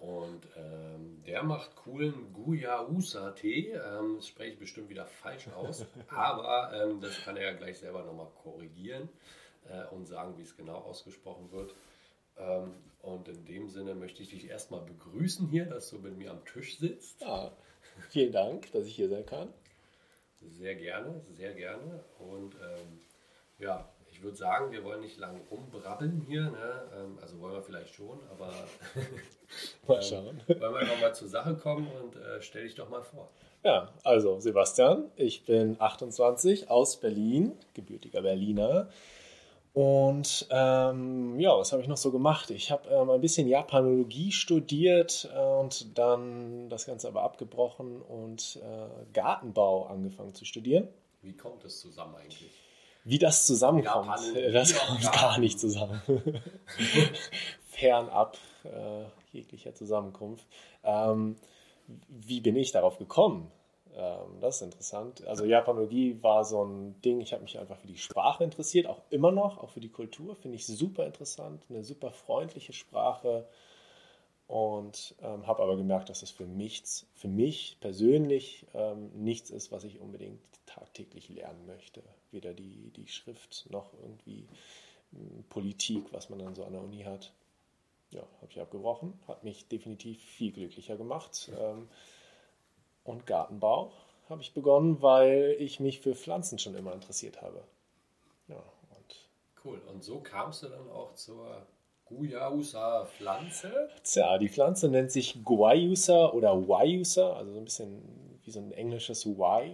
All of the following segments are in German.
Und der macht coolen Guayusa-Tee. Das spreche ich bestimmt wieder falsch aus. Aber das kann er ja gleich selber nochmal korrigieren und sagen, wie es genau ausgesprochen wird. Und in dem Sinne möchte ich dich erstmal begrüßen hier, dass du mit mir am Tisch sitzt. Ja, vielen Dank, dass ich hier sein kann. Sehr gerne, sehr gerne. Und ja, ich würde sagen, wir wollen nicht lang rumbrabbeln hier. Ne? Also wollen wir vielleicht schon, aber Mal schauen. wollen wir einfach mal zur Sache kommen und stell dich doch mal vor. Ja, also Sebastian, ich bin 28 aus Berlin, gebürtiger Berliner. Und ja, was habe ich noch so gemacht? Ich habe ein bisschen Japanologie studiert und dann das Ganze aber abgebrochen und Gartenbau angefangen zu studieren. Wie kommt es zusammen eigentlich? Wie das zusammenkommt, Japanologie das und kommt Garten. gar nicht zusammen. Fernab jeglicher Zusammenkunft. Wie bin ich darauf gekommen? Das ist interessant. Also Japanologie war so ein Ding, ich habe mich einfach für die Sprache interessiert, auch immer noch, auch für die Kultur, finde ich super interessant, eine super freundliche Sprache und habe aber gemerkt, dass es für mich persönlich nichts ist, was ich unbedingt tagtäglich lernen möchte. Weder die Schrift noch irgendwie Politik, was man dann so an der Uni hat. Ja, habe ich abgebrochen, hat mich definitiv viel glücklicher gemacht. Und Gartenbau habe ich begonnen, weil ich mich für Pflanzen schon immer interessiert habe. Ja, und Cool. Und so kamst du dann auch zur Guayusa-Pflanze? tja, die Pflanze nennt sich Guayusa oder Wayusa, also so ein bisschen wie so ein englisches Y.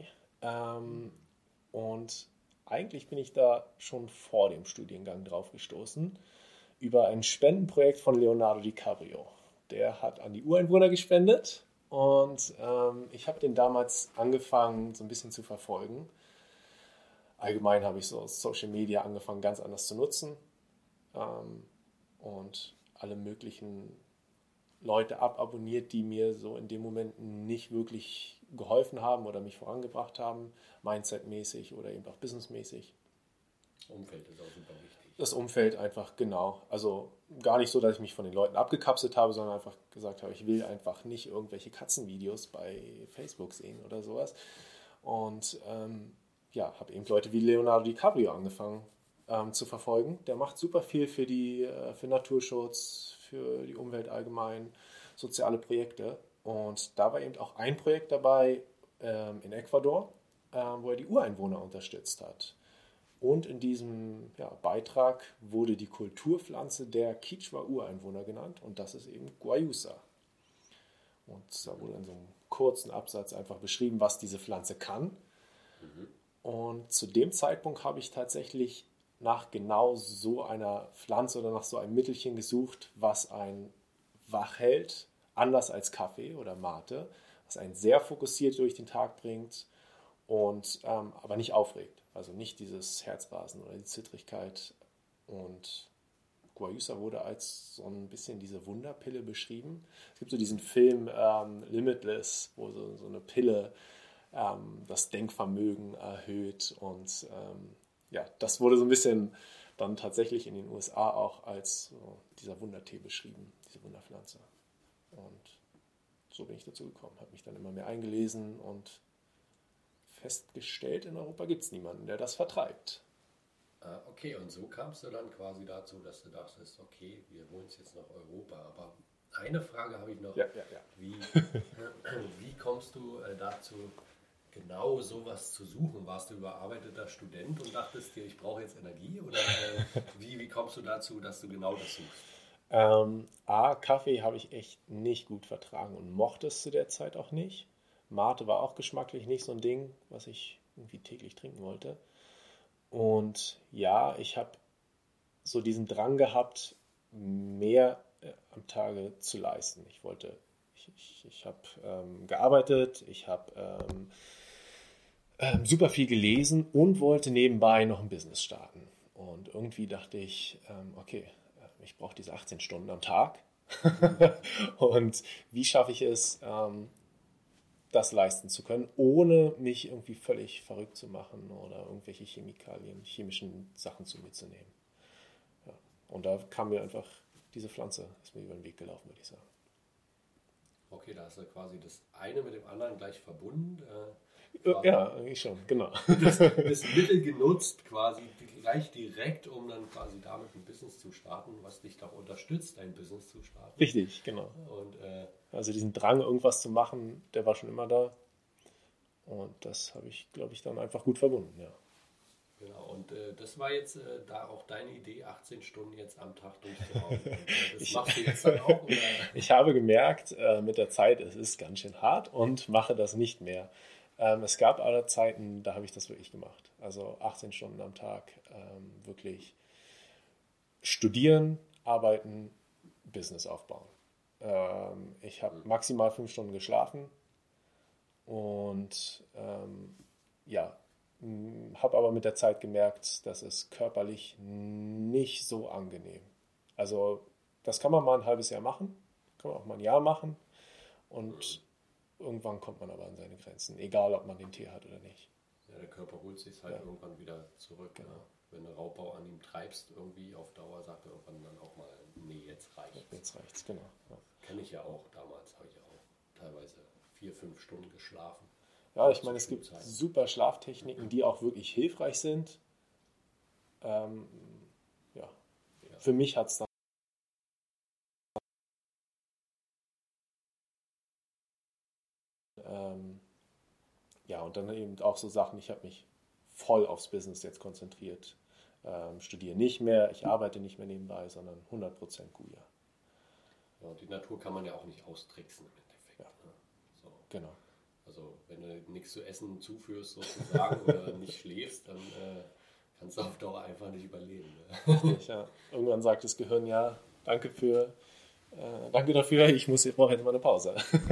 Und eigentlich bin ich da schon vor dem Studiengang drauf gestoßen, über ein Spendenprojekt von Leonardo DiCaprio. Der hat an die Ureinwohner gespendet und ich habe den damals angefangen, so ein bisschen zu verfolgen. Allgemein habe ich so Social Media angefangen, ganz anders zu nutzen und alle möglichen Leute ababonniert, die mir so in dem Moment nicht wirklich geholfen haben oder mich vorangebracht haben, mindsetmäßig oder eben auch businessmäßig. Umfeld ist auch super wichtig. Das Umfeld einfach genau. Also gar nicht so, dass ich mich von den Leuten abgekapselt habe, sondern einfach gesagt habe, ich will einfach nicht irgendwelche Katzenvideos bei Facebook sehen oder sowas. Und ja, habe eben Leute wie Leonardo DiCaprio angefangen zu verfolgen. Der macht super viel für Naturschutz, für die Umwelt allgemein, soziale Projekte. Und da war eben auch ein Projekt dabei in Ecuador, wo er die Ureinwohner unterstützt hat. Und in diesem Beitrag wurde die Kulturpflanze der Kichwa-Ureinwohner genannt und das ist eben Guayusa. Und da wurde in so einem kurzen Absatz einfach beschrieben, was diese Pflanze kann. Und zu dem Zeitpunkt habe ich tatsächlich nach genau so einer Pflanze oder nach so einem Mittelchen gesucht, was einen wach hält, anders als Kaffee oder Mate, was einen sehr fokussiert durch den Tag bringt und aber nicht aufregt. Also nicht dieses Herzrasen oder die Zittrigkeit. Und Guayusa wurde als so ein bisschen diese Wunderpille beschrieben. Es gibt so diesen Film Limitless, wo so eine Pille das Denkvermögen erhöht. Und ja, das wurde so ein bisschen dann tatsächlich in den USA auch als so dieser Wundertee beschrieben, diese Wunderpflanze. Und so bin ich dazu gekommen, habe mich dann immer mehr eingelesen und festgestellt, in Europa gibt es niemanden, der das vertreibt. Okay, und so kamst du dann quasi dazu, dass du dachtest, okay, wir holen es jetzt nach Europa. Aber eine Frage habe ich noch. Ja, ja, ja. Wie kommst du dazu, genau sowas zu suchen? Warst du überarbeiteter Student und dachtest dir, ich brauche jetzt Energie? Oder wie kommst du dazu, dass du genau das suchst? Kaffee habe ich echt nicht gut vertragen und mochte es zu der Zeit auch nicht. Mate war auch geschmacklich nicht so ein Ding, was ich irgendwie täglich trinken wollte. Und ja, ich habe so diesen Drang gehabt, mehr am Tage zu leisten. Ich habe gearbeitet, ich habe super viel gelesen und wollte nebenbei noch ein Business starten. Und irgendwie dachte ich, okay, ich brauche diese 18 Stunden am Tag. Und wie schaffe ich es, das leisten zu können, ohne mich irgendwie völlig verrückt zu machen oder irgendwelche Chemikalien, chemischen Sachen zu mir zu nehmen. Ja. Und da kam mir einfach diese Pflanze, ist mir über den Weg gelaufen, würde ich sagen. Okay, da hast du quasi das eine mit dem anderen gleich verbunden. Ja, eigentlich schon, genau. Das Mittel genutzt, quasi gleich direkt, um dann quasi damit ein Business zu starten, was dich auch unterstützt, dein Business zu starten. Richtig, genau. Und Also diesen Drang, irgendwas zu machen, der war schon immer da. Und das habe ich, glaube ich, dann einfach gut verbunden, ja. genau, und das war jetzt da auch deine Idee, 18 Stunden jetzt am Tag durchzuhauen. Und, das machst du jetzt dann auch? Oder? Ich habe gemerkt, mit der Zeit, es ist ganz schön hart und mache das nicht mehr. Es gab aber Zeiten, da habe ich das wirklich gemacht. Also 18 Stunden am Tag, wirklich studieren, arbeiten, Business aufbauen. Ich habe maximal 5 Stunden geschlafen und ja, habe aber mit der Zeit gemerkt, dass es körperlich nicht so angenehm. Also das kann man mal ein halbes Jahr machen, kann man auch mal ein Jahr machen und irgendwann kommt man aber an seine Grenzen, egal ob man den Tee hat oder nicht. Ja, der Körper holt sich halt irgendwann wieder zurück. Genau. Ja. Wenn du Raubbau an ihm treibst, irgendwie auf Dauer, sagt er irgendwann dann auch mal, nee, jetzt reicht's. Jetzt reicht's, genau. Ja. Kenne ich ja auch, damals habe ich auch teilweise 4-5 Stunden geschlafen. Ja, ich meine, es gibt super Schlaftechniken, die auch wirklich hilfreich sind. Ja. Für mich hat es dann ja, und dann eben auch so Sachen, ich habe mich voll aufs Business jetzt konzentriert. Studiere nicht mehr, ich arbeite nicht mehr nebenbei, sondern 100% Guya. Ja, die Natur kann man ja auch nicht austricksen im Endeffekt. Ja. Ne? So. Genau. Also wenn du nichts zu essen zuführst sozusagen oder nicht schläfst, dann kannst du auf Dauer einfach nicht überleben. Ne? Richtig, ja. Irgendwann sagt das Gehirn, ja, danke dafür, ich brauche jetzt mal eine Pause.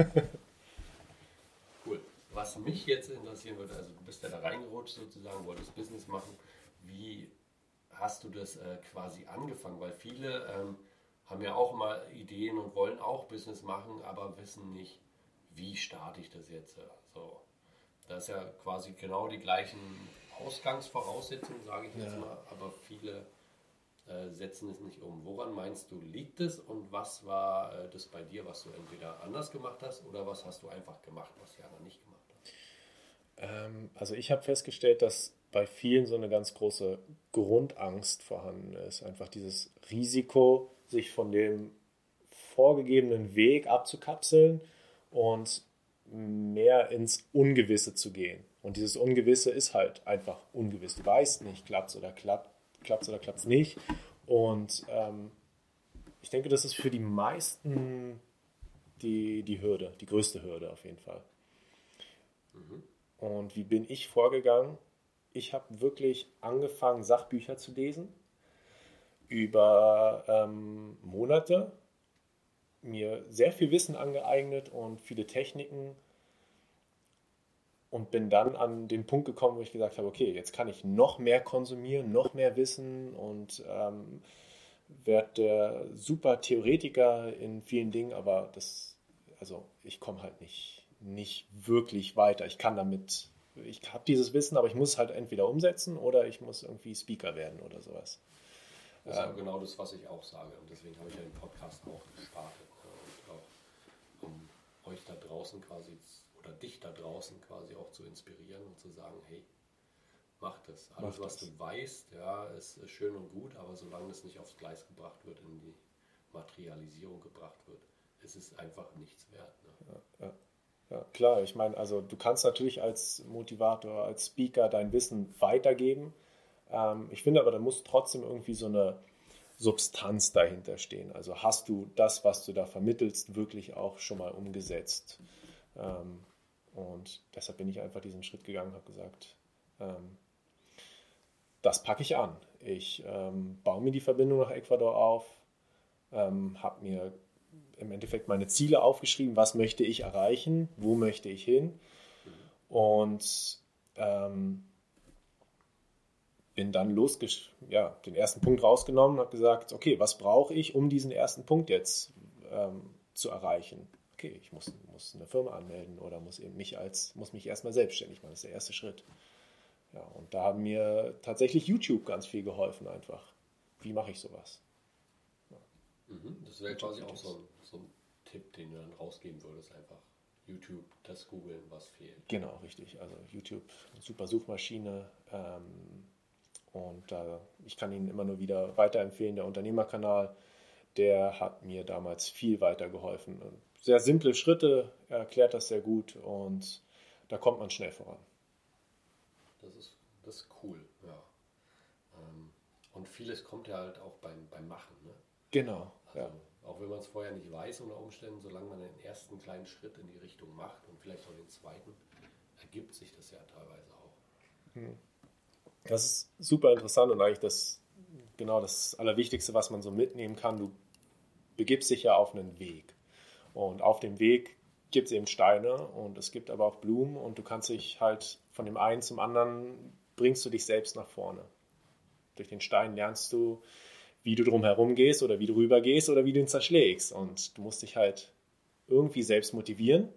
Cool. Was mich jetzt interessieren würde, also du bist ja da reingerutscht sozusagen, wolltest Business machen. Wie hast du das quasi angefangen? Weil viele haben ja auch mal Ideen und wollen auch Business machen, aber wissen nicht, wie starte ich das jetzt? So, das ist ja quasi genau die gleichen Ausgangsvoraussetzungen, sage ich jetzt mal, aber viele setzen es nicht um. Woran meinst du, liegt es und was war das bei dir, was du entweder anders gemacht hast oder was hast du einfach gemacht, was Jana nicht gemacht hat? Also ich habe festgestellt, dass bei vielen so eine ganz große Grundangst vorhanden ist. Einfach dieses Risiko, sich von dem vorgegebenen Weg abzukapseln und mehr ins Ungewisse zu gehen. Und dieses Ungewisse ist halt einfach ungewiss. Du weißt nicht, klappt es oder klappt es nicht. Und ich denke, das ist für die meisten die Hürde, die größte Hürde auf jeden Fall. Und wie bin ich vorgegangen? Ich habe wirklich angefangen, Sachbücher zu lesen über Monate, mir sehr viel Wissen angeeignet und viele Techniken und bin dann an den Punkt gekommen, wo ich gesagt habe, okay, jetzt kann ich noch mehr konsumieren, noch mehr wissen und werde der super Theoretiker in vielen Dingen, aber ich komme halt nicht wirklich weiter. Ich habe dieses Wissen, aber ich muss es halt entweder umsetzen oder ich muss irgendwie Speaker werden oder sowas. Das ist ja genau das, was ich auch sage. Und deswegen habe ich ja den Podcast auch gestartet. Und auch um euch da draußen quasi oder dich da draußen quasi auch zu inspirieren und zu sagen, hey, mach das. Alles, was du weißt, ja, ist schön und gut, aber solange es nicht aufs Gleis gebracht wird, in die Materialisierung gebracht wird, ist es einfach nichts wert. Ne? Ja, klar, ich meine, also du kannst natürlich als Motivator, als Speaker dein Wissen weitergeben. Ich finde aber, da muss trotzdem irgendwie so eine Substanz dahinter stehen. Also hast du das, was du da vermittelst, wirklich auch schon mal umgesetzt? Und deshalb bin ich einfach diesen Schritt gegangen und habe gesagt, das packe ich an. Ich baue mir die Verbindung nach Ecuador auf, habe mir im Endeffekt meine Ziele aufgeschrieben, was möchte ich erreichen, wo möchte ich hin und bin dann den ersten Punkt rausgenommen und habe gesagt, okay, was brauche ich, um diesen ersten Punkt jetzt zu erreichen? Okay, ich muss eine Firma anmelden oder muss mich erstmal selbstständig machen, das ist der erste Schritt. Ja, und da haben mir tatsächlich YouTube ganz viel geholfen einfach. Wie mache ich sowas? Das wäre quasi auch so ein Tipp, den du dann rausgeben würdest, einfach YouTube, das googeln, was fehlt. Genau, richtig. Also YouTube, super Suchmaschine. Und ich kann Ihnen immer nur wieder weiterempfehlen, der Unternehmerkanal, der hat mir damals viel weitergeholfen. Und sehr simple Schritte, er erklärt das sehr gut und da kommt man schnell voran. Das ist cool, ja. Und vieles kommt ja halt auch beim Machen. Ne? Genau, Also, ja. auch wenn man es vorher nicht weiß unter Umständen, solange man den ersten kleinen Schritt in die Richtung macht und vielleicht auch den zweiten, ergibt sich das ja teilweise auch. Das ist super interessant und eigentlich genau das Allerwichtigste, was man so mitnehmen kann. Du begibst dich ja auf einen Weg. Und auf dem Weg gibt es eben Steine und es gibt aber auch Blumen und du kannst dich halt von dem einen zum anderen, bringst du dich selbst nach vorne. Durch den Stein lernst du, wie du drum herum gehst oder wie du rüber gehst oder wie du ihn zerschlägst. Und du musst dich halt irgendwie selbst motivieren.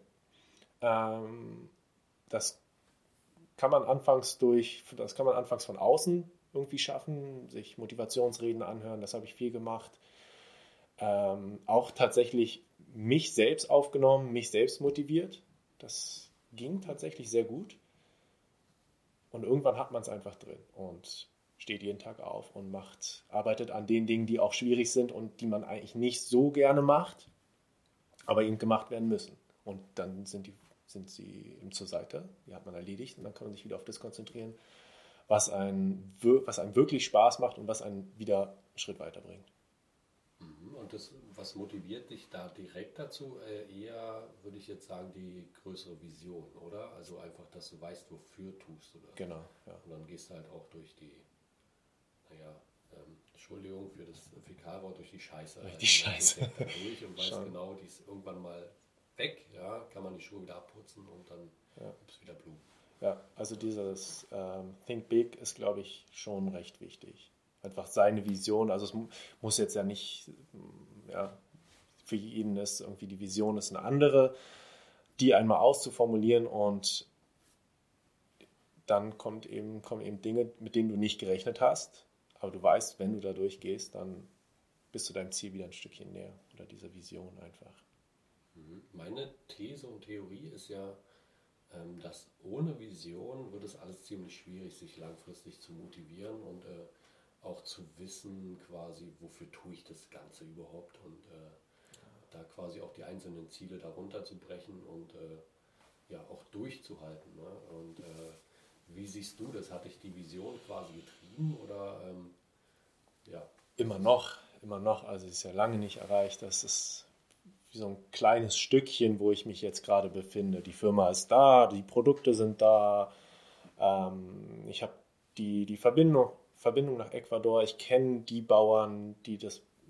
Das kann man anfangs von außen irgendwie schaffen, sich Motivationsreden anhören, das habe ich viel gemacht. Auch tatsächlich mich selbst aufgenommen, mich selbst motiviert. Das ging tatsächlich sehr gut. Und irgendwann hat man es einfach drin und steht jeden Tag auf und arbeitet an den Dingen, die auch schwierig sind und die man eigentlich nicht so gerne macht, aber eben gemacht werden müssen. Und dann sind sie eben zur Seite, die hat man erledigt und dann kann man sich wieder auf das konzentrieren, was einem wirklich Spaß macht und was einen wieder einen Schritt weiterbringt. Und was motiviert dich da direkt dazu? Eher, würde ich jetzt sagen, die größere Vision, oder? Also einfach, dass du weißt, wofür tust du das. Genau, ja. Und dann gehst du halt auch durch die, Entschuldigung für das Fäkalwort, durch die Scheiße. Durch die Scheiße. Durch und weißt genau, die ist irgendwann mal weg, ja, kann man die Schuhe wieder abputzen und dann gibt es wieder Blumen. Ja, also dieses Think Big ist, glaube ich, schon recht wichtig. Einfach seine Vision, also es muss jetzt ja nicht, für jeden ist irgendwie die Vision ist eine andere, die einmal auszuformulieren und dann kommen eben Dinge, mit denen du nicht gerechnet hast, aber du weißt, wenn du da durchgehst, dann bist du deinem Ziel wieder ein Stückchen näher oder dieser Vision einfach. Meine These und Theorie ist ja, dass ohne Vision wird es alles ziemlich schwierig, sich langfristig zu motivieren und auch zu wissen, quasi, wofür tue ich das Ganze überhaupt und da quasi auch die einzelnen Ziele darunter zu brechen und auch durchzuhalten. Ne? Und wie siehst du das? Hat dich die Vision quasi getrieben oder Immer noch. Also es ist ja lange nicht erreicht. Das ist wie so ein kleines Stückchen, wo ich mich jetzt gerade befinde. Die Firma ist da, die Produkte sind da. Ich habe die Verbindung nach Ecuador. Ich kenne die Bauern, die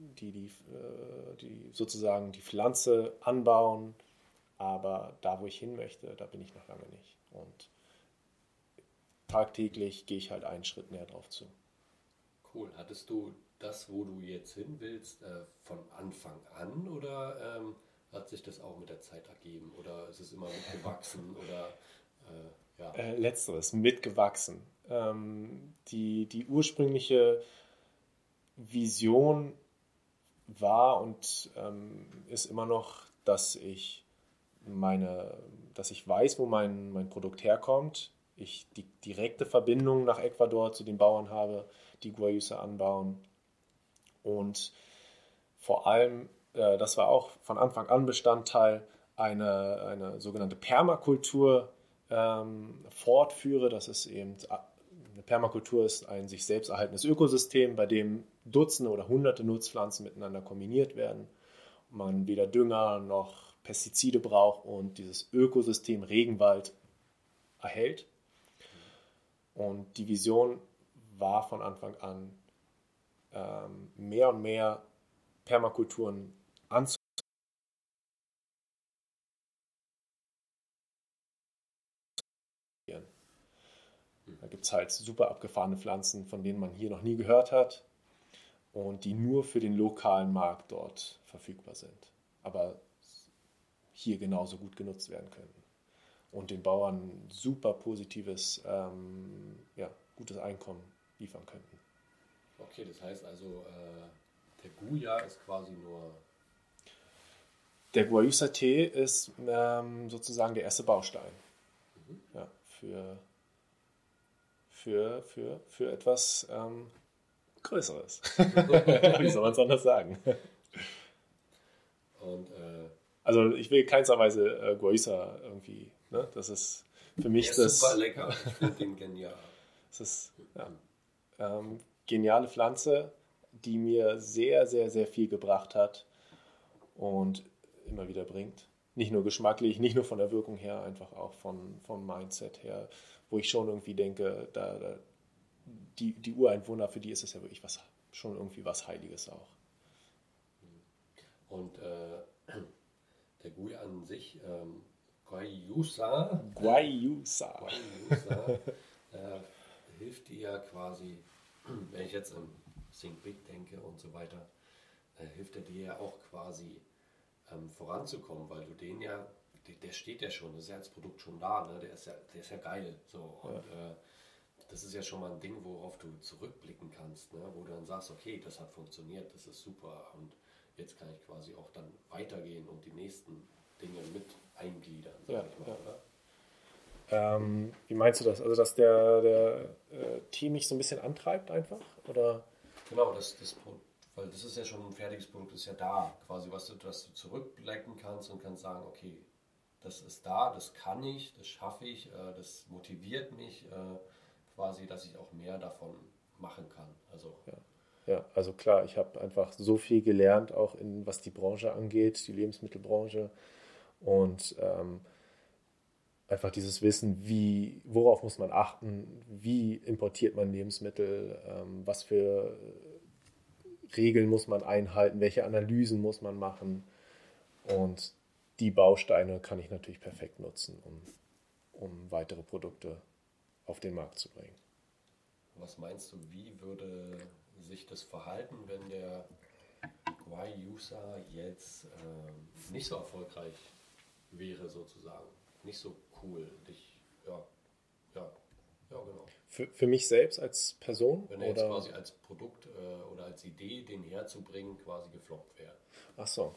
sozusagen die Pflanze anbauen. Aber da, wo ich hin möchte, da bin ich noch lange nicht. Und tagtäglich gehe ich halt einen Schritt näher drauf zu. Cool. Hattest du das, wo du jetzt hin willst, von Anfang an oder hat sich das auch mit der Zeit ergeben oder ist es immer mitgewachsen oder Letzteres, mitgewachsen. Die ursprüngliche Vision war und ist immer noch, dass ich weiß, wo mein Produkt herkommt. Ich die direkte Verbindung nach Ecuador zu den Bauern habe, die Guayusa anbauen. Und vor allem, das war auch von Anfang an Bestandteil, eine sogenannte Permakultur fortführe. Das ist eben, eine Permakultur ist ein sich selbst erhaltendes Ökosystem, bei dem Dutzende oder Hunderte Nutzpflanzen miteinander kombiniert werden. Man weder Dünger noch Pestizide braucht und dieses Ökosystem Regenwald erhält. Und die Vision war von Anfang an, mehr und mehr Permakulturen anzubieten. Da gibt es halt super abgefahrene Pflanzen, von denen man hier noch nie gehört hat und die nur für den lokalen Markt dort verfügbar sind, aber hier genauso gut genutzt werden können und den Bauern super positives, gutes Einkommen liefern könnten. Okay, das heißt also, der Guya ist quasi nur Der Guayusa-Tee ist sozusagen der erste Baustein. Ja, für etwas Größeres. Wie soll man es anders sagen? Und also ich will keinsterweise Guayusa irgendwie. Ne? Das ist für mich der ist super lecker. Ich finde den genial. Das ist geniale Pflanze, die mir sehr, sehr, sehr viel gebracht hat und immer wieder bringt. Nicht nur geschmacklich, nicht nur von der Wirkung her, einfach auch vom Mindset her, wo ich schon irgendwie denke, die Ureinwohner, für die ist es ja wirklich schon irgendwie was Heiliges auch. Und der Gui an sich, Guayusa, hilft dir ja quasi, wenn ich jetzt im Think Big denke und so weiter, hilft er dir ja auch quasi voranzukommen, weil du den ja, der steht ja schon, das ist ja als Produkt schon da, ne? Der ist ja geil. So. Und das ist ja schon mal ein Ding, worauf du zurückblicken kannst, ne? Wo du dann sagst, okay, das hat funktioniert, das ist super und jetzt kann ich quasi auch dann weitergehen und die nächsten Dinge mit eingliedern, sag ich mal, oder? Wie meinst du das? Also, dass der Team mich so ein bisschen antreibt einfach? Oder? Genau, weil das ist ja schon ein fertiges Produkt, ist ja da, quasi, was du zurückblicken kannst und kannst sagen, okay, das ist da, das kann ich, das schaffe ich, das motiviert mich, quasi, dass ich auch mehr davon machen kann. Also, Ja, also klar, ich habe einfach so viel gelernt, auch was die Branche angeht, die Lebensmittelbranche und einfach dieses Wissen, worauf muss man achten, wie importiert man Lebensmittel, was für Regeln muss man einhalten, welche Analysen muss man machen und die Bausteine kann ich natürlich perfekt nutzen, um weitere Produkte auf den Markt zu bringen. Was meinst du, wie würde sich das verhalten, wenn der Guayusa jetzt nicht so erfolgreich wäre sozusagen? Nicht so cool. Genau. Für mich selbst als Person? Wenn er jetzt quasi als Produkt oder als Idee, den herzubringen, quasi gefloppt wäre. Ach so.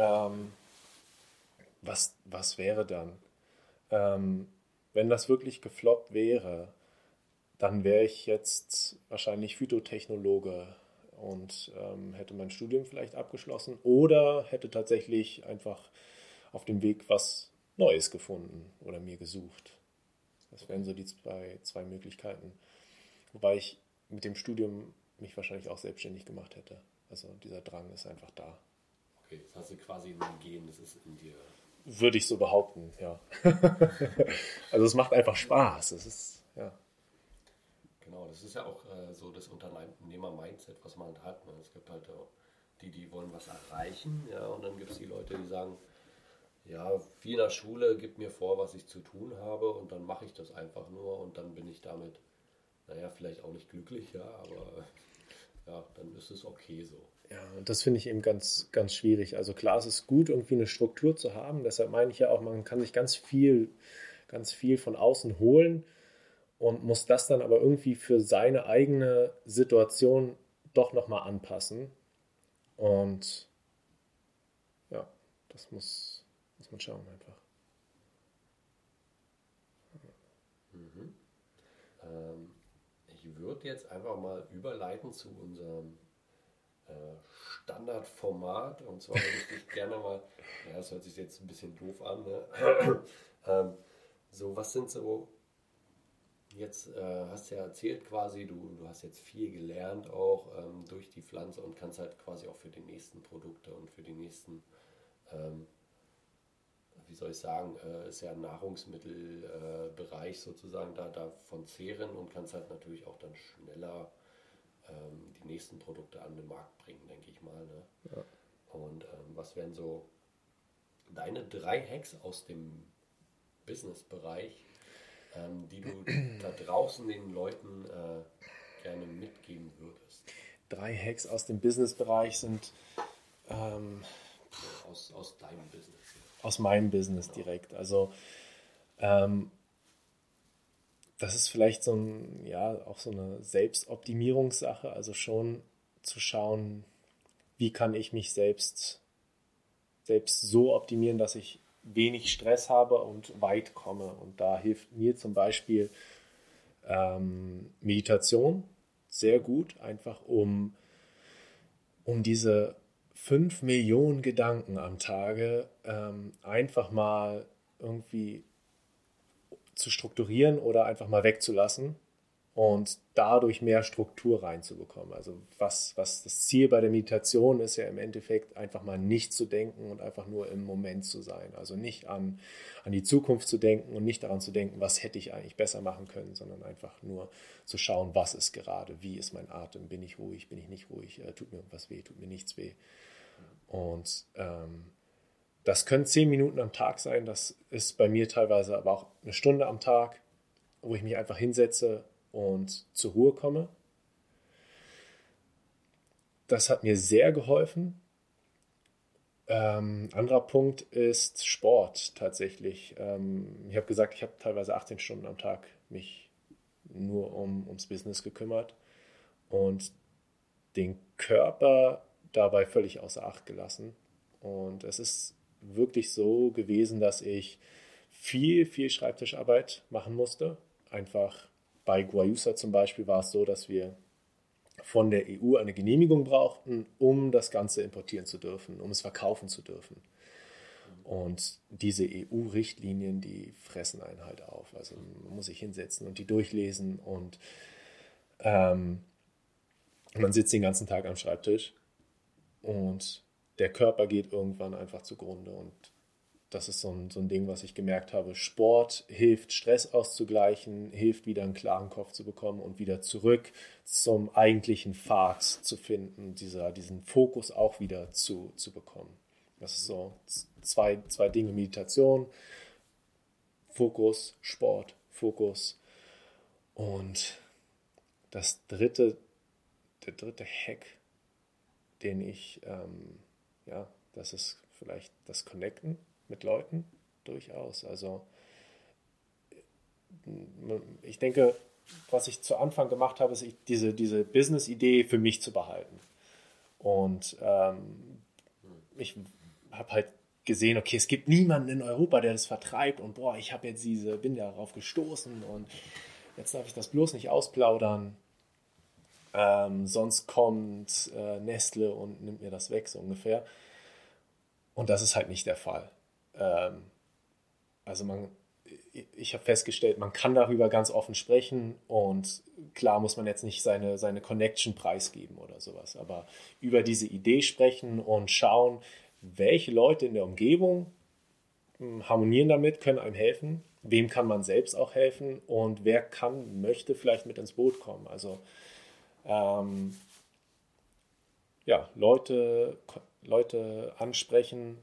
Was wäre dann? Wenn das wirklich gefloppt wäre, dann wäre ich jetzt wahrscheinlich Phytotechnologe und hätte mein Studium vielleicht abgeschlossen oder hätte tatsächlich einfach auf dem Weg was Neues gefunden oder mir gesucht. Das wären so die zwei Möglichkeiten. Wobei ich mit dem Studium mich wahrscheinlich auch selbstständig gemacht hätte. Also dieser Drang ist einfach da. Okay, das hast du quasi in dem Gen, das ist in dir. Würde ich so behaupten, ja. Also es macht einfach Spaß. Es ist, ja. Genau, das ist ja auch so das Unternehmer-Mindset, was man halt hat. Ne? Es gibt halt auch die wollen was erreichen, ja, und dann gibt es die Leute, die sagen, ja, wie in der Schule, gibt mir vor, was ich zu tun habe und dann mache ich das einfach nur und dann bin ich damit, naja, vielleicht auch nicht glücklich, ja, aber ja, dann ist es okay so. Ja, und das finde ich eben ganz, ganz schwierig. Also klar, es ist gut, irgendwie eine Struktur zu haben. Deshalb meine ich ja auch, man kann sich ganz viel von außen holen und muss das dann aber irgendwie für seine eigene Situation doch nochmal anpassen. Und ja, das muss man schauen einfach. Ich würde jetzt einfach mal überleiten zu unserem Standardformat. Und zwar würde ich dich gerne mal, ja, das hört sich jetzt ein bisschen doof an, ne? So, was sind so, jetzt hast du ja erzählt quasi, du hast jetzt viel gelernt auch durch die Pflanze und kannst halt quasi auch für die nächsten Produkte und für die nächsten, wie soll ich sagen, ist ja ein Nahrungsmittelbereich sozusagen davon zehren und kannst halt natürlich auch dann schneller die nächsten Produkte an den Markt bringen, denke ich mal. Ne? Ja. Und was wären so deine 3 Hacks aus dem Businessbereich, die du da draußen den Leuten gerne mitgeben würdest? 3 Hacks aus dem Businessbereich sind aus deinem Business. Aus meinem Business direkt. Also das ist vielleicht auch so eine Selbstoptimierungssache, also schon zu schauen, wie kann ich mich selbst selbst so optimieren, dass ich wenig Stress habe und weit komme. Und da hilft mir zum Beispiel Meditation sehr gut, einfach um diese 5 Millionen Gedanken am Tage einfach mal irgendwie zu strukturieren oder einfach mal wegzulassen und dadurch mehr Struktur reinzubekommen. Also was das Ziel bei der Meditation ist ja im Endeffekt einfach mal nicht zu denken und einfach nur im Moment zu sein. Also nicht an die Zukunft zu denken und nicht daran zu denken, was hätte ich eigentlich besser machen können, sondern einfach nur zu schauen, was ist gerade, wie ist mein Atem, bin ich ruhig, bin ich nicht ruhig, tut mir irgendwas weh, tut mir nichts weh. Und das können 10 Minuten am Tag sein, das ist bei mir teilweise aber auch eine Stunde am Tag, wo ich mich einfach hinsetze und zur Ruhe komme. Das hat mir sehr geholfen. Anderer Punkt ist Sport tatsächlich. Ich habe gesagt, ich habe teilweise 18 Stunden am Tag mich nur ums Business gekümmert und den Körper dabei völlig außer Acht gelassen. Und es ist wirklich so gewesen, dass ich viel Schreibtischarbeit machen musste. Einfach bei Guayusa zum Beispiel war es so, dass wir von der EU eine Genehmigung brauchten, um das Ganze importieren zu dürfen, um es verkaufen zu dürfen. Und diese EU-Richtlinien, die fressen einen halt auf. Also man muss sich hinsetzen und die durchlesen und man sitzt den ganzen Tag am Schreibtisch und der Körper geht irgendwann einfach zugrunde. Und das ist so ein Ding, was ich gemerkt habe. Sport hilft, Stress auszugleichen, hilft, wieder einen klaren Kopf zu bekommen und wieder zurück zum eigentlichen Pfad zu finden, diesen Fokus auch wieder zu bekommen. Das ist so zwei Dinge: Meditation, Fokus, Sport, Fokus. Und der dritte Hack, den ich, das ist vielleicht das Connecten mit Leuten durchaus. Also ich denke, was ich zu Anfang gemacht habe, ist diese Business-Idee für mich zu behalten. Und ich habe halt gesehen, okay, es gibt niemanden in Europa, der das vertreibt und ich habe jetzt bin darauf gestoßen und jetzt darf ich das bloß nicht ausplaudern. Sonst kommt Nestle und nimmt mir das weg, so ungefähr. Und das ist halt nicht der Fall. Ich habe festgestellt, man kann darüber ganz offen sprechen und klar muss man jetzt nicht seine Connection preisgeben oder sowas, aber über diese Idee sprechen und schauen, welche Leute in der Umgebung harmonieren damit, können einem helfen, wem kann man selbst auch helfen und wer möchte vielleicht mit ins Boot kommen. Also Leute ansprechen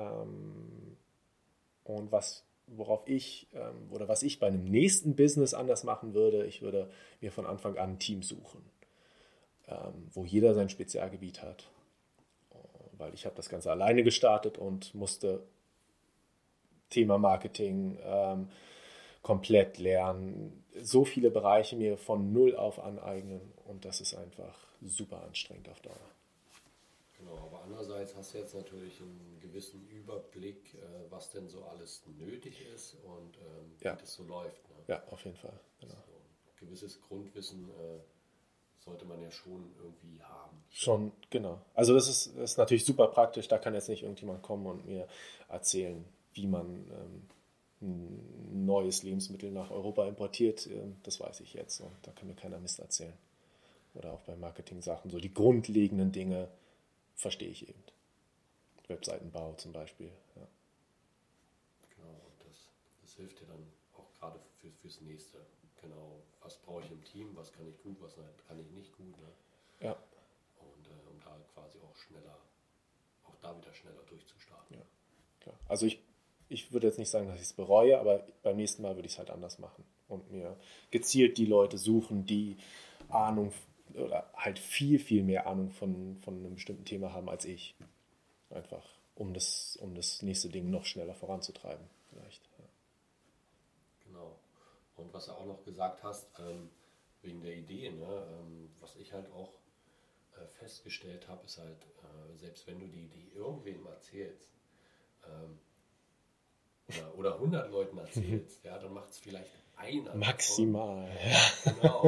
und was ich bei einem nächsten Business anders machen würde, ich würde mir von Anfang an ein Team suchen, wo jeder sein Spezialgebiet hat. Weil ich habe das Ganze alleine gestartet und musste Thema Marketing komplett lernen, so viele Bereiche mir von null auf aneignen und das ist einfach super anstrengend auf Dauer. Genau, aber andererseits hast du jetzt natürlich einen gewissen Überblick, was denn so alles nötig ist und wie das so läuft. Ne? Ja, auf jeden Fall. Genau. So ein gewisses Grundwissen sollte man ja schon irgendwie haben. Schon, genau. Also das ist natürlich super praktisch, da kann jetzt nicht irgendjemand kommen und mir erzählen, wie man ein neues Lebensmittel nach Europa importiert. Das weiß ich jetzt und da kann mir keiner Mist erzählen. Oder auch bei Marketing-Sachen, so die grundlegenden Dinge verstehe ich eben. Webseitenbau zum Beispiel. Ja. Genau, und das hilft dir dann auch gerade fürs Nächste. Genau, was brauche ich im Team, was kann ich gut, was kann ich nicht gut. Ne? Ja. Und um da quasi auch wieder schneller durchzustarten. Ja, klar. Also ich würde jetzt nicht sagen, dass ich es bereue, aber beim nächsten Mal würde ich es halt anders machen und mir gezielt die Leute suchen, die Ahnung oder halt viel mehr Ahnung von einem bestimmten Thema haben als ich. Einfach, um das nächste Ding noch schneller voranzutreiben, vielleicht. Ja. Genau. Und was du auch noch gesagt hast, wegen der Idee, ne, was ich halt auch festgestellt habe, ist halt, selbst wenn du die Idee irgendwem erzählst, oder 100 Leuten erzählst, ja, dann macht es vielleicht einer. Maximal. Genau,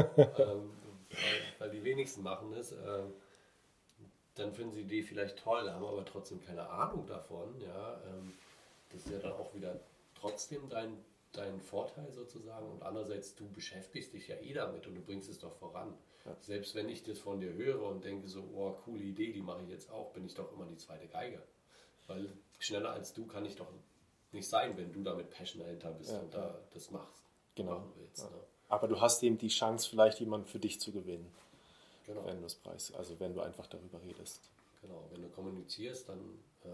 weil die wenigsten machen es. Dann finden sie die vielleicht toll, haben aber trotzdem keine Ahnung davon. Ja, das ist ja dann auch wieder trotzdem dein Vorteil sozusagen. Und andererseits, du beschäftigst dich ja damit und du bringst es doch voran. Ja. Selbst wenn ich das von dir höre und denke so, oh, coole Idee, die mache ich jetzt auch, bin ich doch immer die zweite Geige. Weil schneller als du kann ich doch nicht sein, wenn du da mit Passion dahinter bist und da das machst. Genau. Machen willst. Ja. Ne? Aber du hast eben die Chance, vielleicht jemanden für dich zu gewinnen. Genau. Wenn du es preist, also wenn du einfach darüber redest. Genau, wenn du kommunizierst, dann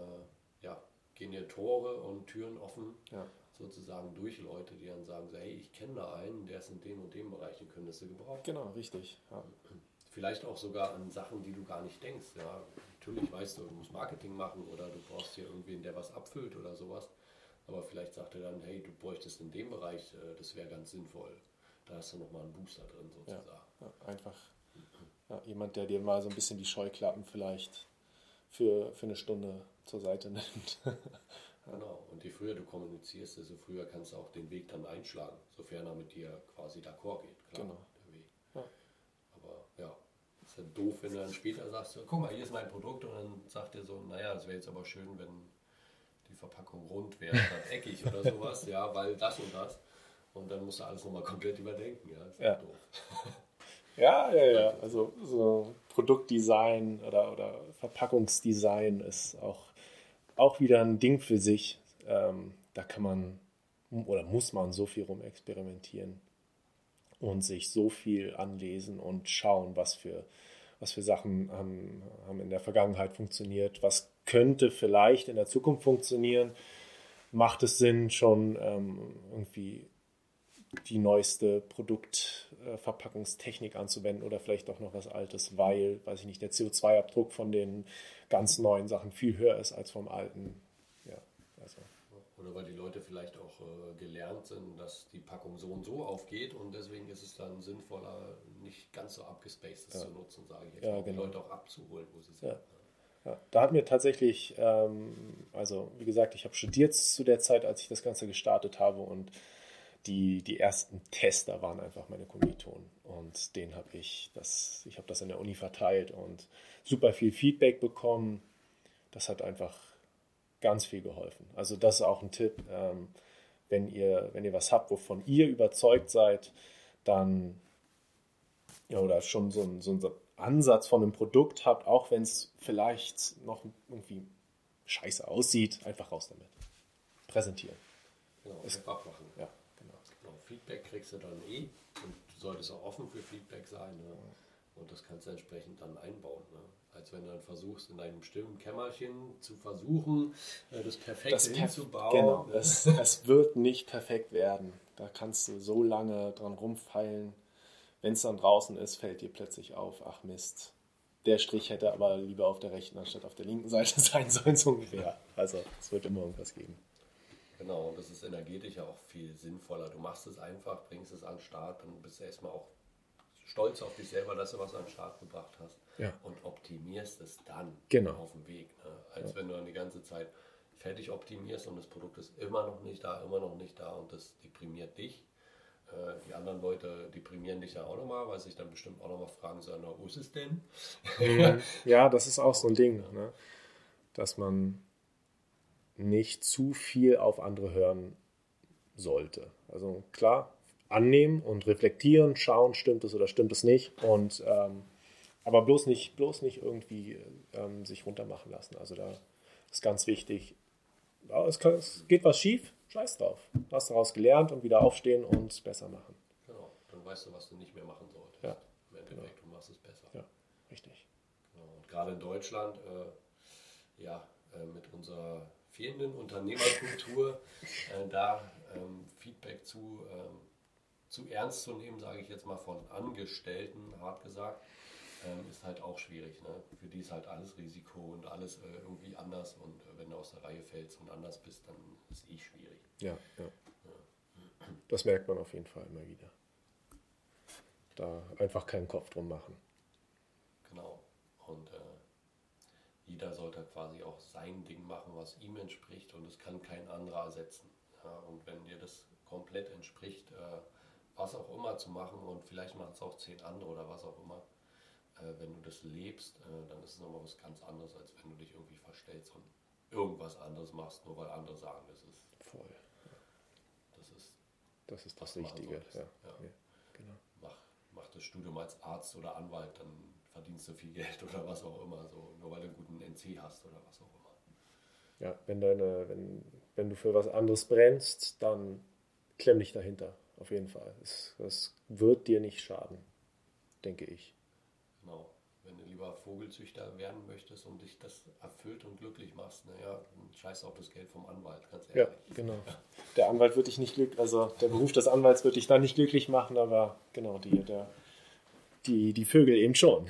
gehen dir Tore und Türen offen, sozusagen durch Leute, die dann sagen, so, hey, ich kenne da einen, der ist in dem und dem Bereich, den könntest du gebrauchen. Genau, richtig. Ja. Vielleicht auch sogar an Sachen, die du gar nicht denkst. Ja, natürlich weißt du, du musst Marketing machen oder du brauchst hier irgendwen, der was abfüllt oder sowas. Aber vielleicht sagt er dann, hey, du bräuchtest in dem Bereich, das wäre ganz sinnvoll. Da hast du nochmal einen Booster drin sozusagen. Ja, einfach jemand, der dir mal so ein bisschen die Scheuklappen vielleicht für eine Stunde zur Seite nimmt. Genau, und je früher du kommunizierst, desto früher kannst du auch den Weg dann einschlagen, sofern er mit dir quasi d'accord geht. Klar, genau. Der Weg. Ja. Aber ja, ist ja doof, wenn du dann später sagst, so, guck mal, hier ist mein Produkt und dann sagt er so, naja, es wäre jetzt aber schön, wenn die Verpackung rund wäre statt eckig oder sowas, ja, weil das und das. Und dann musst du alles nochmal komplett überdenken, ja, ist ja doof. Ja, also so Produktdesign oder Verpackungsdesign ist auch wieder ein Ding für sich. Da kann man oder muss man so viel rumexperimentieren und sich so viel anlesen und schauen, was für Sachen haben in der Vergangenheit funktioniert, was könnte vielleicht in der Zukunft funktionieren. Macht es Sinn, schon irgendwie die neueste Produktverpackungstechnik anzuwenden oder vielleicht auch noch was Altes, weil, weiß ich nicht, der CO2-Abdruck von den ganz neuen Sachen viel höher ist als vom alten. Ja, also. Oder weil die Leute vielleicht auch gelernt sind, dass die Packung so und so aufgeht und deswegen ist es dann sinnvoller, nicht ganz so abgespacedes zu nutzen, sage ich jetzt mal, um die Leute auch abzuholen, wo sie sind. Ja, da hat mir tatsächlich, also wie gesagt, ich habe studiert zu der Zeit, als ich das Ganze gestartet habe und die ersten Tester waren einfach meine Kommilitonen und denen habe ich das in der Uni verteilt und super viel Feedback bekommen. Das hat einfach ganz viel geholfen. Also das ist auch ein Tipp, wenn ihr was habt, wovon ihr überzeugt seid, dann oder schon so einen Ansatz von einem Produkt habt, auch wenn es vielleicht noch irgendwie scheiße aussieht, einfach raus damit. Präsentieren. Genau, einfach machen. Ja. Feedback kriegst du dann und du solltest auch offen für Feedback sein. Ne? Und das kannst du entsprechend dann einbauen. Ne? Als wenn du dann versuchst, in einem stillen Kämmerchen zu versuchen, das Perfekte hinzubauen. Genau, es wird nicht perfekt werden. Da kannst du so lange dran rumfeilen. Wenn es dann draußen ist, fällt dir plötzlich auf, ach Mist, der Strich hätte aber lieber auf der rechten anstatt auf der linken Seite sein sollen, so ungefähr. Also es wird immer irgendwas geben. Genau, und das ist energetisch ja auch viel sinnvoller. Du machst es einfach, bringst es an den Start, dann bist du erstmal auch stolz auf dich selber, dass du was an den Start gebracht hast und optimierst es dann auf dem Weg. Ne? Als wenn du dann die ganze Zeit fertig optimierst und das Produkt ist immer noch nicht da und das deprimiert dich. Die anderen Leute deprimieren dich ja auch nochmal, weil sich dann bestimmt auch nochmal fragen sollen, wo ist es denn? Ja, das ist auch so ein Ding, ne? Dass man nicht zu viel auf andere hören sollte. Also klar, annehmen und reflektieren, schauen, stimmt es oder stimmt es nicht. Und aber bloß nicht irgendwie sich runtermachen lassen. Also da ist ganz wichtig, es geht was schief, scheiß drauf. Du hast daraus gelernt und wieder aufstehen und es besser machen. Genau, dann weißt du, was du nicht mehr machen solltest. Ja. Im Endeffekt, du machst es besser. Ja, richtig. Genau. Und gerade in Deutschland, mit unserer fehlenden Unternehmerkultur, da Feedback zu ernst zu nehmen, sage ich jetzt mal von Angestellten, hart gesagt, ist halt auch schwierig. Ne? Für die ist halt alles Risiko und alles irgendwie anders und wenn du aus der Reihe fällst und anders bist, dann ist es schwierig. Ja. Das merkt man auf jeden Fall immer wieder. Da einfach keinen Kopf drum machen. Genau. Und jeder sollte quasi auch sein Ding machen, was ihm entspricht und es kann kein anderer ersetzen. Ja, und wenn dir das komplett entspricht, was auch immer zu machen und vielleicht machen es auch 10 andere oder was auch immer, wenn du das lebst, dann ist es nochmal was ganz anderes, als wenn du dich irgendwie verstellst und irgendwas anderes machst, nur weil andere sagen, das ist Voll. Das ist das Richtige. Ja. Ja, genau. Mach das Studium als Arzt oder Anwalt, dann verdienst du viel Geld oder was auch immer, so, nur weil du einen guten NC hast oder was auch immer. Ja, wenn du für was anderes brennst, dann klemm dich dahinter, auf jeden Fall. Das wird dir nicht schaden, denke ich. Genau. Wenn du lieber Vogelzüchter werden möchtest und dich das erfüllt und glücklich machst, naja, dann scheiß auf das Geld vom Anwalt, ganz ehrlich. Ja, genau. Der Anwalt wird dich nicht glücklich, also der Beruf des Anwalts wird dich dann nicht glücklich machen, aber genau, die Vögel eben schon.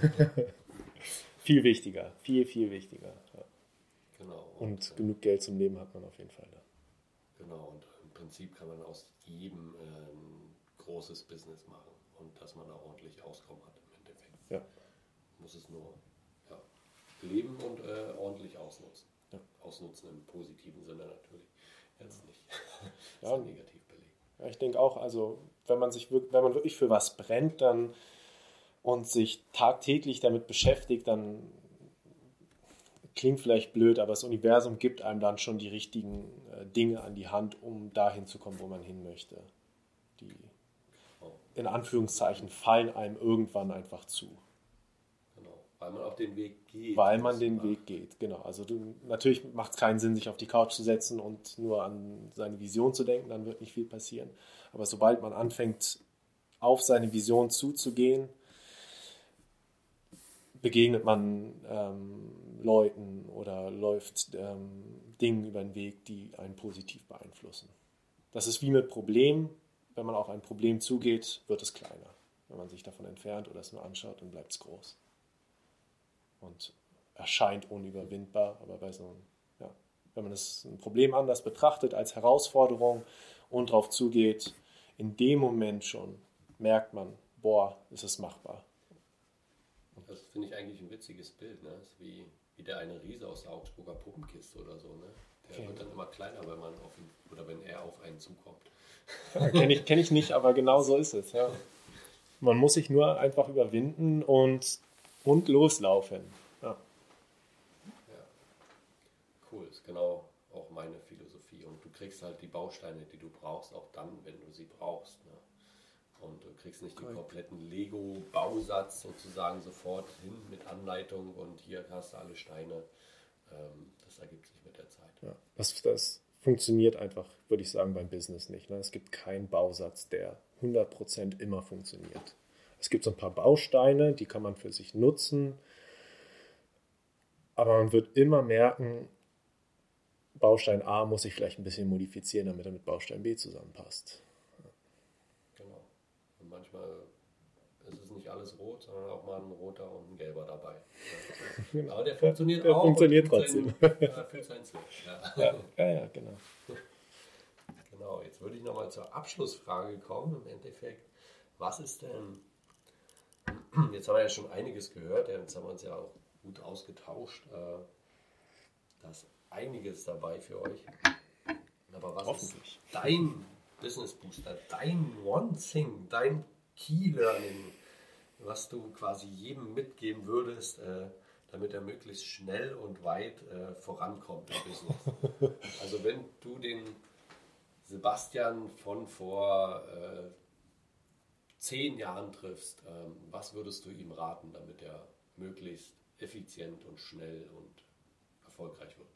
Viel wichtiger, viel, viel wichtiger. Ja. Genau. Und genug Geld zum Leben hat man auf jeden Fall da. Genau, und im Prinzip kann man aus jedem ein großes Business machen und dass man da ordentlich Auskommen hat im Endeffekt. Ja. Muss es nur leben und ordentlich ausnutzen. Ja. Ausnutzen im positiven Sinne natürlich. Jetzt nicht. Ja. Negativ belegt. Ja, ich denke auch, also wenn man wirklich für was brennt dann und sich tagtäglich damit beschäftigt, dann klingt vielleicht blöd, aber das Universum gibt einem dann schon die richtigen Dinge an die Hand, um dahin zu kommen, wo man hin möchte. Die in Anführungszeichen fallen einem irgendwann einfach zu. Genau, weil man auch den Weg geht. Weil man den Weg geht, genau. Also natürlich macht es keinen Sinn, sich auf die Couch zu setzen und nur an seine Vision zu denken, dann wird nicht viel passieren. Aber sobald man anfängt, auf seine Vision zuzugehen, begegnet man Leuten oder läuft Dingen über den Weg, die einen positiv beeinflussen. Das ist wie mit Problemen. Wenn man auf ein Problem zugeht, wird es kleiner. Wenn man sich davon entfernt oder es nur anschaut, dann bleibt es groß. Und erscheint unüberwindbar, aber wenn man ein Problem anders betrachtet als Herausforderung und darauf zugeht, in dem Moment schon merkt man, ist es machbar. Das finde ich eigentlich ein witziges Bild. Ne? Das ist wie der eine Riese aus der Augsburger Puppenkiste oder so. Ne? Der wird dann immer kleiner, wenn er auf einen zukommt. Ja, kenn ich nicht, aber genau so ist es. Ja. Man muss sich nur einfach überwinden und loslaufen. Ja. Ja. Cool, ist genau auch meine Philosophie. Und du kriegst halt die Bausteine, die du brauchst, auch dann, wenn du sie brauchst. Ne? Und du kriegst nicht den kompletten Lego-Bausatz sozusagen sofort hin mit Anleitung und hier hast du alle Steine. Das ergibt sich mit der Zeit. Ja, das funktioniert einfach, würde ich sagen, beim Business nicht. Ne? Es gibt keinen Bausatz, der 100% immer funktioniert. Es gibt so ein paar Bausteine, die kann man für sich nutzen, aber man wird immer merken, Baustein A muss sich vielleicht ein bisschen modifizieren, damit er mit Baustein B zusammenpasst. Genau. Und manchmal ist es nicht alles rot, sondern auch mal ein roter und ein gelber dabei. Ja. Aber der funktioniert auch. Der funktioniert trotzdem. Fühlt seinen Zweck. Ja, genau. Genau, jetzt würde ich nochmal zur Abschlussfrage kommen. Im Endeffekt, was ist denn, jetzt haben wir ja schon einiges gehört, jetzt haben wir uns ja auch gut ausgetauscht. Da ist einiges dabei für euch. Aber was ist dein Business Booster, dein One Thing, dein Key Learning, was du quasi jedem mitgeben würdest, damit er möglichst schnell und weit vorankommt im Business? Also wenn du den Sebastian von vor 10 Jahren triffst, was würdest du ihm raten, damit er möglichst effizient und schnell und erfolgreich wird?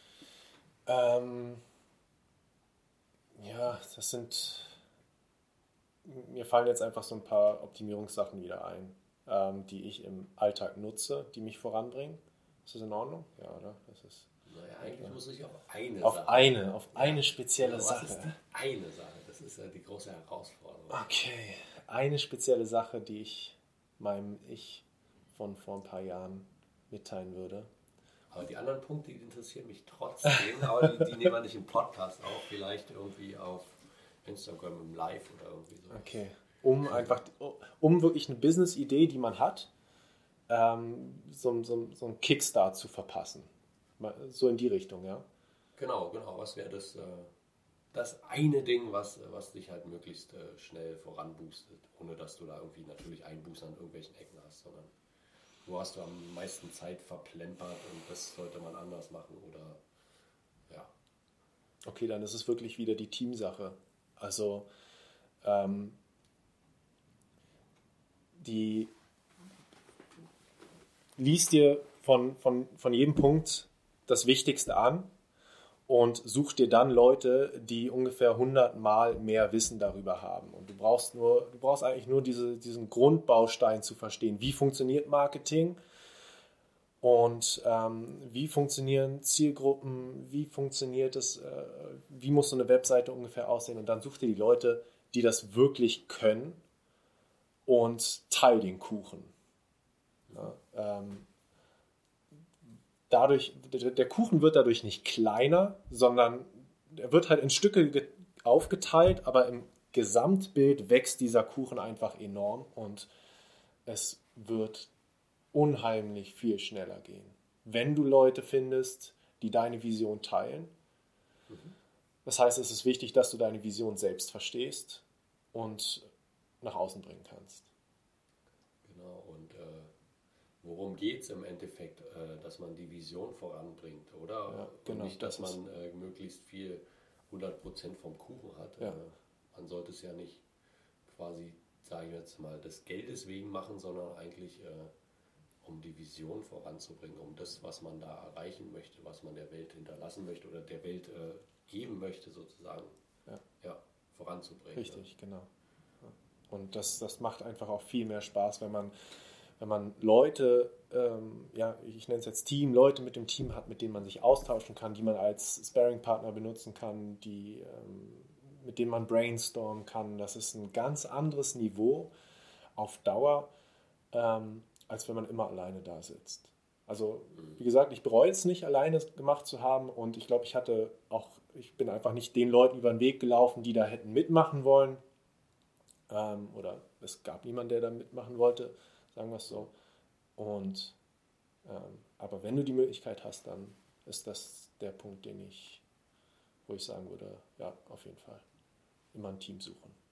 Mir fallen jetzt einfach so ein paar Optimierungssachen wieder ein, die ich im Alltag nutze, die mich voranbringen. Ist das in Ordnung? Ja, oder? Naja, eigentlich muss ich auf eine Sache. Auf eine spezielle Sache. Was ist die eine Sache? Das ist ja die große Herausforderung. Okay, eine spezielle Sache, die ich meinem Ich von vor ein paar Jahren mitteilen würde. Aber die anderen Punkte, die interessieren mich trotzdem, aber die nehmen wir nicht im Podcast auf, vielleicht irgendwie auf Instagram im Live oder irgendwie so. Okay, um wirklich eine Business-Idee, die man hat, so einen Kickstart zu verpassen. So in die Richtung, ja. Genau. Was wäre das eine Ding, was dich halt möglichst schnell voranboostet, ohne dass du da irgendwie natürlich Einbußen an irgendwelchen Ecken hast, sondern wo hast du am meisten Zeit verplempert und das sollte man anders machen oder ja. Okay, dann ist es wirklich wieder die Teamsache. Also lies dir von jedem Punkt das Wichtigste an und such dir dann Leute, die ungefähr 100 Mal mehr Wissen darüber haben. Und du brauchst eigentlich nur diesen Grundbaustein zu verstehen. Wie funktioniert Marketing? Und wie funktionieren Zielgruppen? Wie funktioniert es? Wie muss so eine Webseite ungefähr aussehen? Und dann such dir die Leute, die das wirklich können und teil den Kuchen. Ja, der Kuchen wird dadurch nicht kleiner, sondern er wird halt in Stücke aufgeteilt, aber im Gesamtbild wächst dieser Kuchen einfach enorm und es wird unheimlich viel schneller gehen, wenn du Leute findest, die deine Vision teilen. Das heißt, es ist wichtig, dass du deine Vision selbst verstehst und nach außen bringen kannst. Genau, und worum geht es im Endeffekt? Dass man die Vision voranbringt, oder? Ja, genau, und nicht, dass man möglichst viel 100% vom Kuchen hat. Ja. Man sollte es ja nicht quasi, sage ich jetzt mal, des Geldes wegen machen, sondern eigentlich um die Vision voranzubringen, um das, was man da erreichen möchte, was man der Welt hinterlassen möchte oder der Welt geben möchte, sozusagen, voranzubringen. Richtig, genau. Und das macht einfach auch viel mehr Spaß, wenn man Leute, ich nenne es jetzt Team, Leute mit dem Team hat, mit denen man sich austauschen kann, die man als Sparring-Partner benutzen kann, mit denen man brainstormen kann. Das ist ein ganz anderes Niveau auf Dauer, als wenn man immer alleine da sitzt. Also, wie gesagt, ich bereue es nicht, alleine gemacht zu haben und ich glaube, ich bin einfach nicht den Leuten über den Weg gelaufen, die da hätten mitmachen wollen. Oder es gab niemanden, der da mitmachen wollte, sagen wir es so. Aber wenn du die Möglichkeit hast, dann ist das der Punkt, wo ich sagen würde, ja, auf jeden Fall immer ein Team suchen.